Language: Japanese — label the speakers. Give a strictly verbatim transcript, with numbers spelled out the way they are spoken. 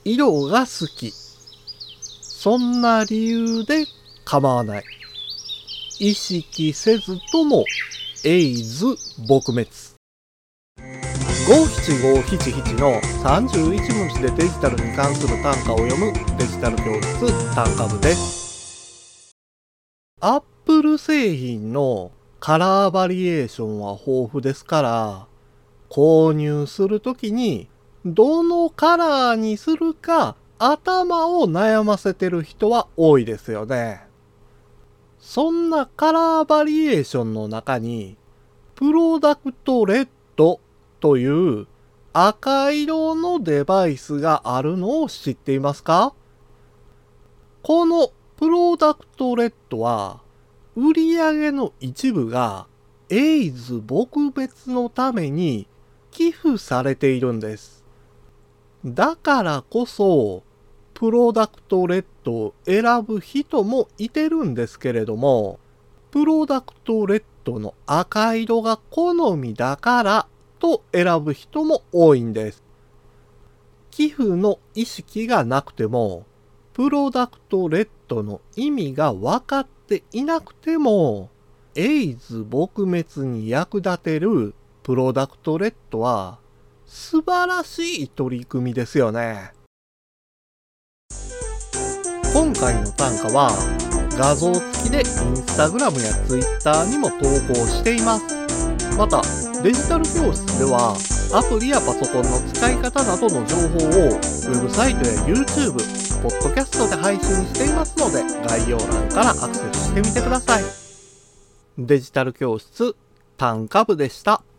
Speaker 1: 色が好き。そんな理由で構わない。意識せずともエイズ撲滅。ごーしちごーしちしちのさんじゅういち文字でデジタルに関する単価を読むデジタル教室単価部です。アップル製品のカラーバリエーションは豊富ですから、購入するときにどのカラーにするか頭を悩ませてる人は多いですよね。そんなカラーバリエーションの中にプロダクトレッドという赤色のデバイスがあるのを知っていますか？このプロダクトレッドは売上の一部がエイズ撲滅のために寄付されているんです。だからこそプロダクトレッドを選ぶ人もいてるんですけれども、プロダクトレッドの赤色が好みだからと選ぶ人も多いんです。寄付の意識がなくても、プロダクトレッドの意味が分かっていなくても、エイズ撲滅に役立てるプロダクトレッドは素晴らしい取り組みですよね。今回の単価は画像付きでインスタグラムやツイッターにも投稿しています。またデジタル教室ではアプリやパソコンの使い方などの情報をウェブサイトや YouTube、ポッドキャストで配信していますので、概要欄からアクセスしてみてください。デジタル教室単価部でした。